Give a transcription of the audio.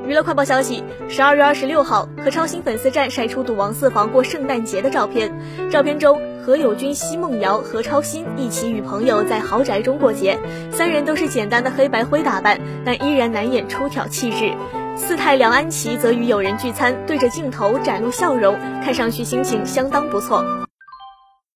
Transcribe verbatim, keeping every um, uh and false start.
娱乐快报消息，十二月二十六号，何超欣粉丝站晒出赌王四房过圣诞节的照片。照片中，何猷君、奚梦瑶、何超欣一起与朋友在豪宅中过节，三人都是简单的黑白灰打扮，但依然难掩出挑气质。四太梁安琪则与友人聚餐，对着镜头展露笑容，看上去心情相当不错。